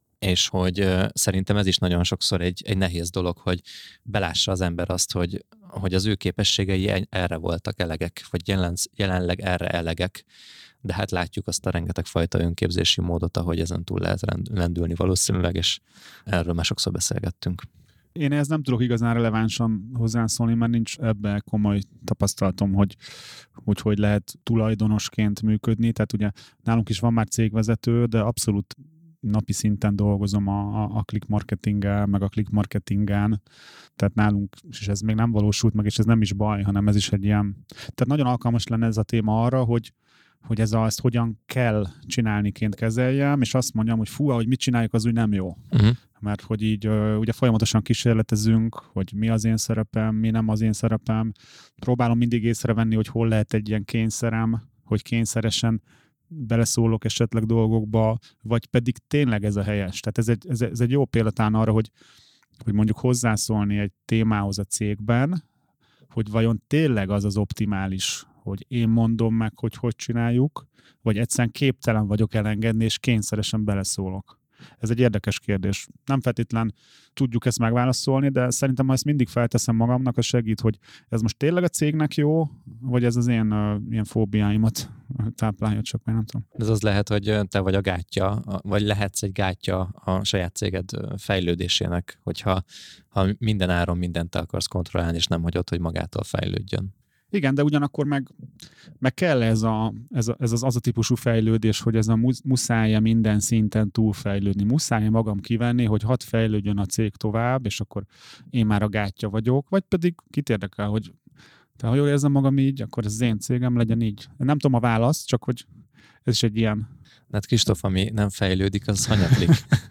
És hogy uh, szerintem ez is nagyon sokszor egy, egy nehéz dolog, hogy belássa az ember azt, hogy, hogy az ő képességei erre voltak elegek, vagy jelen, jelenleg erre elegek, de hát látjuk azt a rengeteg fajta önképzési módot, ahogy ezen túl lehet lendülni valószínűleg, és erről már sokszor beszélgettünk. Én ehhez nem tudok igazán relevánsan hozzászólni, mert nincs ebbe komoly tapasztalatom, hogy hogy, hogy lehet tulajdonosként működni. Tehát ugye nálunk is van már cégvezető, de abszolút napi szinten dolgozom a, a, a click marketinggel, meg a click marketingen. Tehát nálunk, és ez még nem valósult meg, és ez nem is baj, hanem ez is egy ilyen... Tehát nagyon alkalmas lenne ez a téma arra, hogy hogy ez azt hogyan kell csinálniként kezeljem, és azt mondjam, hogy fú, hogy mit csináljuk, az úgy nem jó. Uh-huh. Mert hogy így ugye folyamatosan kísérletezünk, hogy mi az én szerepem, mi nem az én szerepem. Próbálom mindig észrevenni, hogy hol lehet egy ilyen kényszerem, hogy kényszeresen beleszólok esetleg dolgokba, vagy pedig tényleg ez a helyes. Tehát ez egy, ez, ez egy jó példátán arra, hogy, hogy mondjuk hozzászólni egy témához a cégben, hogy vajon tényleg az az optimális, hogy én mondom meg, hogy hogy csináljuk, vagy egyszerűen képtelen vagyok elengedni, és kényszeresen beleszólok. Ez egy érdekes kérdés. Nem feltétlen tudjuk ezt megválaszolni, de szerintem, ha ezt mindig felteszem magamnak, az segít, hogy ez most tényleg a cégnek jó, vagy ez az én uh, ilyen fóbiáimat táplálja, csak már nem tudom. Ez az lehet, hogy te vagy a gátja, vagy lehetsz egy gátja a saját céged fejlődésének, hogyha ha minden áron mindent te akarsz kontrollálni, és nem hagyod, hogy magától fejlődjön. Igen, de ugyanakkor meg, meg kell ez, a, ez, a, ez az, az a típusú fejlődés, hogy ez a muszáj minden szinten túlfejlődni. Muszáj magam kivenni, hogy hadd fejlődjön a cég tovább, és akkor én már a gátja vagyok, vagy pedig kit érdekel, hogy te, ha jól érzem magam így, akkor ez az én cégem legyen így. Nem tudom a választ, csak hogy ez is egy ilyen. Hát Kristóf, ami nem fejlődik, az hanyatlik.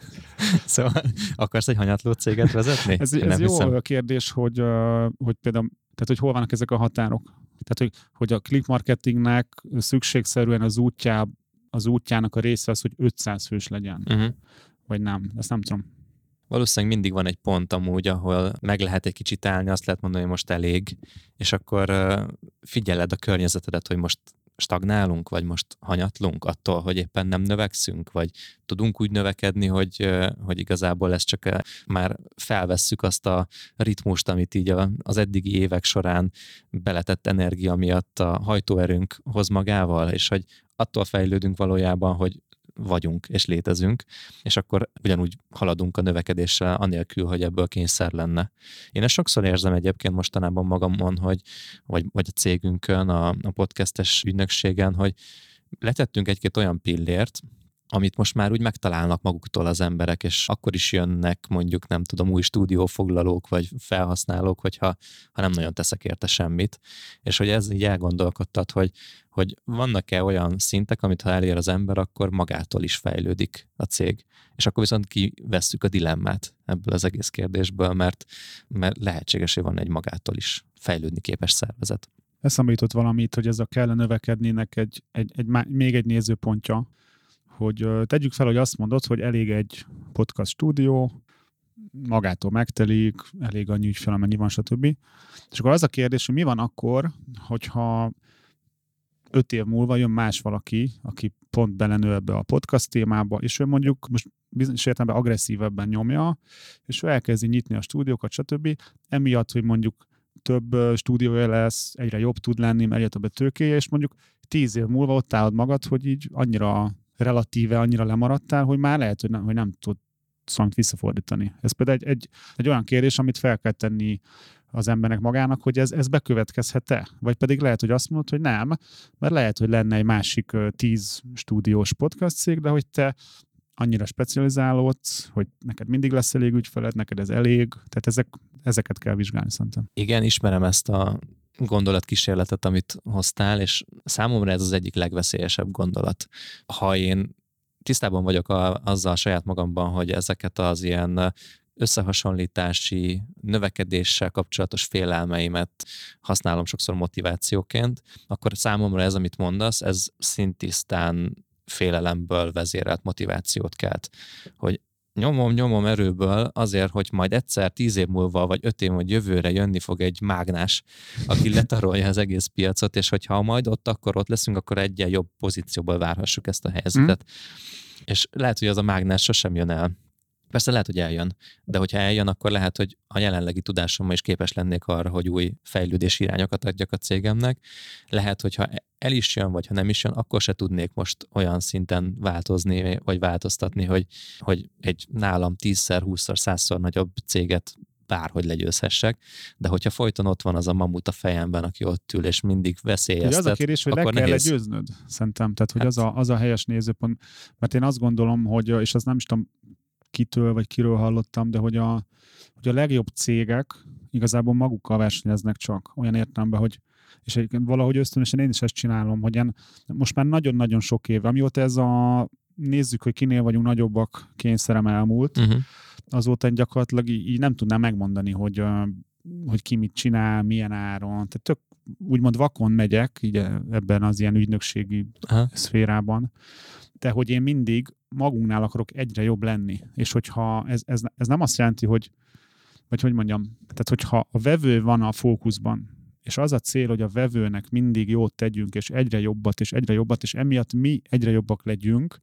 Szóval akarsz egy hanyatló céget vezetni? Ez, ez jó hiszem. Kérdés, hogy, hogy például tehát, hogy hol vannak ezek a határok. Tehát, hogy, hogy a click marketingnek szükségszerűen az, útjá, az útjának a része az, hogy ötszáz fős legyen. Uh-huh. Vagy nem. Ezt nem tudom. Valószínűleg mindig van egy pont amúgy, ahol meg lehet egy kicsit állni, azt lehet mondani, hogy most elég, és akkor figyeled a környezetedet, hogy most stagnálunk, vagy most hanyatlunk attól, hogy éppen nem növekszünk, vagy tudunk úgy növekedni, hogy, hogy igazából ez csak már felvesszük azt a ritmust, amit így az eddigi évek során beletett energia miatt a hajtóerőnk hoz magával, és hogy attól fejlődünk valójában, hogy vagyunk és létezünk, és akkor ugyanúgy haladunk a növekedéssel, anélkül, hogy ebből kényszer lenne. Én ezt sokszor érzem egyébként mostanában magamon, hogy, vagy, vagy a cégünkön, a, a podcastes ügynökségen, hogy letettünk egy-két olyan pillért, amit most már úgy megtalálnak maguktól az emberek, és akkor is jönnek mondjuk, nem tudom, új stúdiófoglalók, vagy felhasználók, hogyha ha nem nagyon teszek érte semmit. És hogy ez így elgondolkodtat, hogy, hogy vannak-e olyan szintek, amit ha elér az ember, akkor magától is fejlődik a cég. És akkor viszont kivesszük a dilemmát ebből az egész kérdésből, mert, mert lehetséges, hogy van egy magától is fejlődni képes szervezet. Eszembe jutott valamit, hogy ez a kell növekednének egy, egy, egy, még egy nézőpontja, hogy tegyük fel, hogy azt mondod, hogy elég egy podcast stúdió, magától megtelik, elég annyi ügyfél, amennyi van, stb. És akkor az a kérdés, hogy mi van akkor, hogyha öt év múlva jön más valaki, aki pont belenő ebbe a podcast témába, és ő mondjuk most bizonyos értelemben agresszívebben nyomja, és ő elkezdi nyitni a stúdiókat, stb. Emiatt, hogy mondjuk több stúdiója lesz, egyre jobb tud lenni, mert egyre több a tőkéje, és mondjuk tíz év múlva ott állod magad, hogy így annyira relatíve annyira lemaradtál, hogy már lehet, hogy nem, hogy nem tudsz valamit visszafordítani. Ez például egy, egy, egy olyan kérdés, amit fel kell tenni az embernek magának, hogy ez, ez bekövetkezhet-e? Vagy pedig lehet, hogy azt mondod, hogy nem, mert lehet, hogy lenne egy másik tíz stúdiós podcast cég, de hogy te annyira specializálódsz, hogy neked mindig lesz elég ügyfeled, neked ez elég, tehát ezek, ezeket kell vizsgálni szerintem. Igen, ismerem ezt a gondolatkísérletet, amit hoztál, és számomra ez az egyik legveszélyesebb gondolat. Ha én tisztában vagyok a, azzal a saját magamban, hogy ezeket az ilyen összehasonlítási, növekedéssel kapcsolatos félelmeimet használom sokszor motivációként, akkor számomra ez, amit mondasz, ez szintisztán félelemből vezérelt motivációt kelt. Hogy nyomom, nyomom erőből azért, hogy majd egyszer tíz év múlva, vagy öt év, vagy jövőre jönni fog egy mágnás, aki letarolja az egész piacot, és hogyha majd ott, akkor ott leszünk, akkor egyen jobb pozícióból várhassuk ezt a helyzetet. Mm. És lehet, hogy az a mágnás sosem jön el. Persze lehet, hogy eljön, de hogyha eljön, akkor lehet, hogy a jelenlegi tudásommal is képes lennék arra, hogy új fejlődési irányokat adjak a cégemnek. Lehet, hogyha el is jön, vagy ha nem is jön, akkor se tudnék most olyan szinten változni, vagy változtatni, hogy, hogy egy nálam tízszer, húszszor, százszor nagyobb céget bárhogy legyőzhessek, de hogyha folyton ott van az a mamut a fejemben, aki ott ül, és mindig veszélyeztet, az a kérdés, hogy le kell nehéz. legyőznöd, szerintem. Tehát, hogy hát. az, a, az a helyes nézőpont. Mert én azt gondolom, hogy, és az nem is tudom, kitől vagy kiről hallottam, de hogy a, hogy a legjobb cégek igazából magukkal versenyeznek csak. Olyan értelemben, hogy és valahogy ösztönösen én is ezt csinálom, hogy én most már nagyon-nagyon sok éve, amióta ez a nézzük, hogy kinél vagyunk nagyobbak kényszerem elmúlt, uh-huh. azóta én gyakorlatilag így, így nem tudnám megmondani, hogy, hogy ki mit csinál, milyen áron. Tehát tök úgymond vakon megyek így ebben az ilyen ügynökségi uh-huh. szférában, de hogy én mindig magunknál akarok egyre jobb lenni. És hogyha ez, ez, ez nem azt jelenti, hogy vagy hogy mondjam, tehát hogyha a vevő van a fókuszban, és az a cél, hogy a vevőnek mindig jót tegyünk, és egyre jobbat, és egyre jobbat, és emiatt mi egyre jobbak legyünk,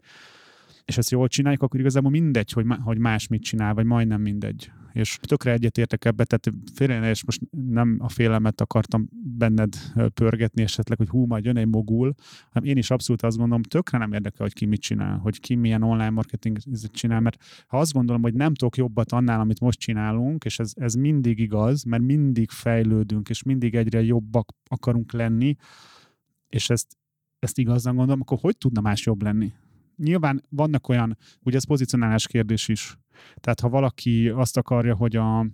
és ezt jól csináljuk, akkor igazából mindegy, hogy, hogy más mit csinál, vagy majdnem mindegy. És tökre egyetértek ebbe, tehát félre, és most nem a félelmet akartam benned pörgetni esetleg, hogy hú, majd jön egy mogul, hanem én is abszolút azt gondolom, tökre nem érdekel, hogy ki mit csinál, hogy ki milyen online marketing csinál, mert ha azt gondolom, hogy nem tudok jobbat annál, amit most csinálunk, és ez, ez mindig igaz, mert mindig fejlődünk, és mindig egyre jobbak akarunk lenni, és ezt, ezt igazán gondolom, akkor hogy tudna más jobb lenni? Nyilván vannak olyan, ugye ez pozicionálás kérdés is. Tehát ha valaki azt akarja, hogy a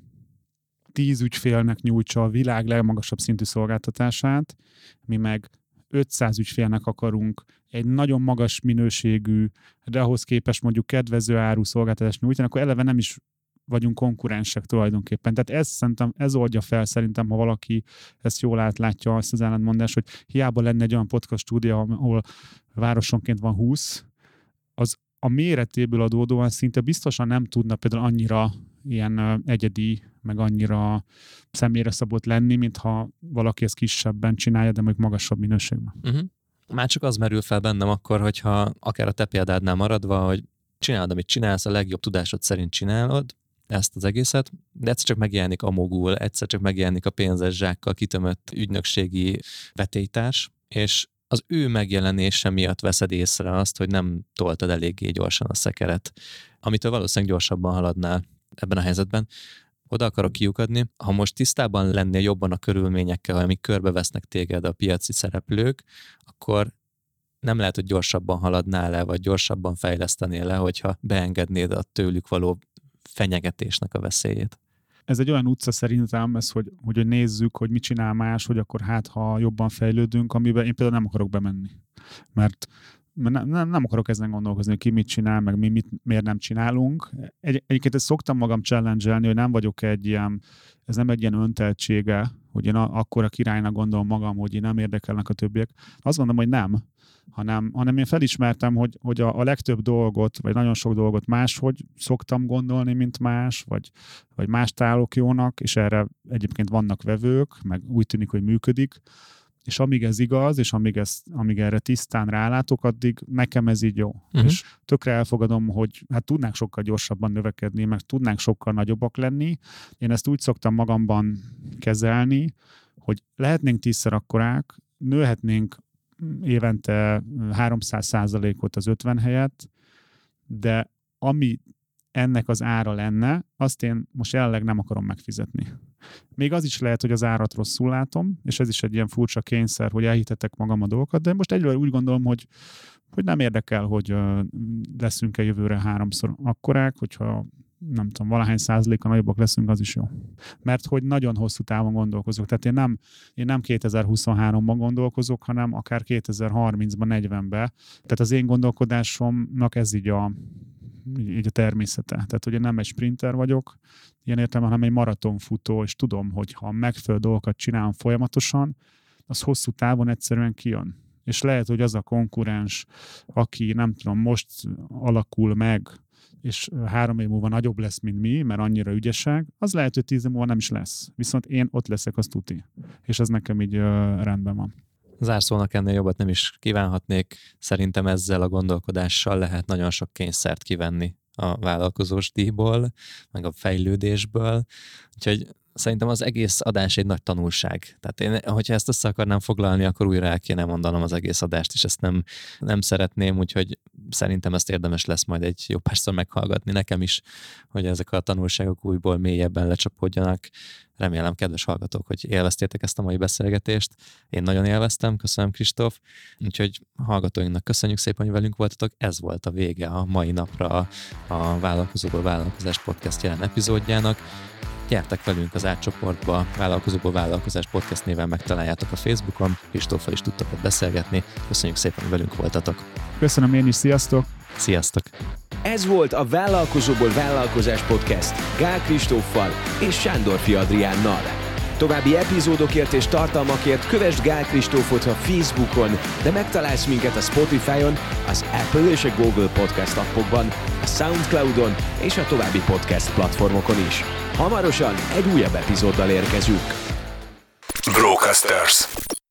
tíz ügyfélnek nyújtsa a világ legmagasabb szintű szolgáltatását, mi meg ötszáz ügyfélnek akarunk egy nagyon magas minőségű, de ahhoz képest mondjuk kedvező áru szolgáltatást nyújtani, akkor eleve nem is vagyunk konkurensek tulajdonképpen. Tehát ez szerintem, ez oldja fel szerintem, ha valaki ezt jól átlátja, ezt az ellentmondást, hogy hiába lenne egy olyan podcast stúdió, ahol városonként van húsz, az a méretéből adódóan szinte biztosan nem tudna például annyira ilyen egyedi, meg annyira személyre szabott lenni, mintha valaki ezt kisebben csinálja, de még magasabb minőségben. Uh-huh. Már csak az merül fel bennem akkor, hogyha akár a te példádnál maradva, hogy csinálod, amit csinálsz, a legjobb tudásod szerint csinálod ezt az egészet, de egyszer csak megjelenik a mogul, egyszer csak megjelenik a pénzes zsákkal kitömött ügynökségi vetélytárs, és az ő megjelenése miatt veszed észre azt, hogy nem toltad eléggé gyorsan a szekeret, amitől valószínűleg gyorsabban haladnál ebben a helyzetben. Oda akarok kiukadni, ha most tisztában lennél jobban a körülményekkel, amik körbevesznek téged a piaci szereplők, akkor nem lehet, hogy gyorsabban haladnál le, vagy gyorsabban fejlesztenél le, hogyha beengednéd a tőlük való fenyegetésnek a veszélyét. Ez egy olyan utca szerintem, ez, hogy, hogy nézzük, hogy mit csinál más, hogy akkor hát, ha jobban fejlődünk, amiben én például nem akarok bemenni. Mert nem, nem, nem akarok ezen gondolkozni, hogy ki mit csinál, meg mi mit, miért nem csinálunk. Egy, egyébként ezt szoktam magam challenge-elni, hogy nem vagyok egy ilyen, ez nem egy ilyen önteltsége, hogy én a, akkora királynak gondolom magam, hogy én nem érdekelnek a többiek. Azt gondolom, hogy nem, hanem, hanem én felismertem, hogy, hogy a, a legtöbb dolgot, vagy nagyon sok dolgot máshogy szoktam gondolni, mint más, vagy, vagy más találok jónak, és erre egyébként vannak vevők, meg úgy tűnik, hogy működik, és amíg ez igaz, és amíg, ez, amíg erre tisztán rálátok, addig nekem ez így jó. Uh-huh. És tökre elfogadom, hogy hát tudnánk sokkal gyorsabban növekedni, meg tudnánk sokkal nagyobbak lenni. Én ezt úgy szoktam magamban kezelni, hogy lehetnénk tízszer akkorák, nőhetnénk évente háromszáz százalékot az ötven helyett, de ami ennek az ára lenne, azt én most jelenleg nem akarom megfizetni. Még az is lehet, hogy az árat rosszul látom, és ez is egy ilyen furcsa kényszer, hogy elhitetek magam a dolgokat, de most egyről úgy gondolom, hogy, hogy nem érdekel, hogy uh, leszünk-e jövőre háromszor akkorák, hogyha nem tudom, valahány százaléka nagyobbak leszünk, az is jó. Mert hogy nagyon hosszú távon gondolkozok. Tehát én nem, én nem kétezer-huszonháromban gondolkozok, hanem akár kétezer-harmincban, negyvenben. Tehát az én gondolkodásomnak ez így a, így a természete. Tehát ugye nem egy sprinter vagyok, ilyen értelemben, hanem egy maratonfutó, és tudom, hogy ha megfelelő dolgokat csinálom folyamatosan, az hosszú távon egyszerűen kijön. És lehet, hogy az a konkurens, aki nem tudom, most alakul meg, és három év múlva nagyobb lesz, mint mi, mert annyira ügyesek, az lehet, hogy tíz év múlva nem is lesz. Viszont én ott leszek, az tuti. És ez nekem így uh, rendben van. Zárszónak ennél jobbat nem is kívánhatnék. Szerintem ezzel a gondolkodással lehet nagyon sok kényszert kivenni a vállalkozós díjból, meg a fejlődésből. Úgyhogy szerintem az egész adás egy nagy tanulság. Tehát én, hogyha ezt össze akarnám foglalni, akkor újra el kéne mondanom az egész adást, és ezt nem, nem szeretném, úgyhogy szerintem ezt érdemes lesz majd egy jó párszor meghallgatni nekem is, hogy ezek a tanulságok újból mélyebben lecsapódjanak. Remélem, kedves hallgatók, hogy élveztétek ezt a mai beszélgetést. Én nagyon élveztem, köszönöm Kristóf. Úgyhogy hallgatóinknak köszönjük szépen, hogy velünk voltatok. Ez volt a vége a mai napra a Vállalkozóból Vállalkozás Podcast jelen epizódjának. Gyertek velünk az átcsoportba, Vállalkozóból Vállalkozás Podcast néven megtaláljátok a Facebookon, Kristóffal is tudtok beszélgetni. Köszönjük szépen, hogy velünk voltatok. Köszönöm én is, sziasztok! Sziasztok! Ez volt a Vállalkozóból Vállalkozás Podcast Gál Kristóffal és Sándorfi Adriánnal. További epizódokért és tartalmakért kövesd Gál Kristófot a Facebookon, de megtalálsz minket a Spotify-on, az Apple és a Google Podcast appokban, a Soundcloudon és a további podcast platformokon is. Hamarosan egy újabb epizóddal érkezünk. Brocasters.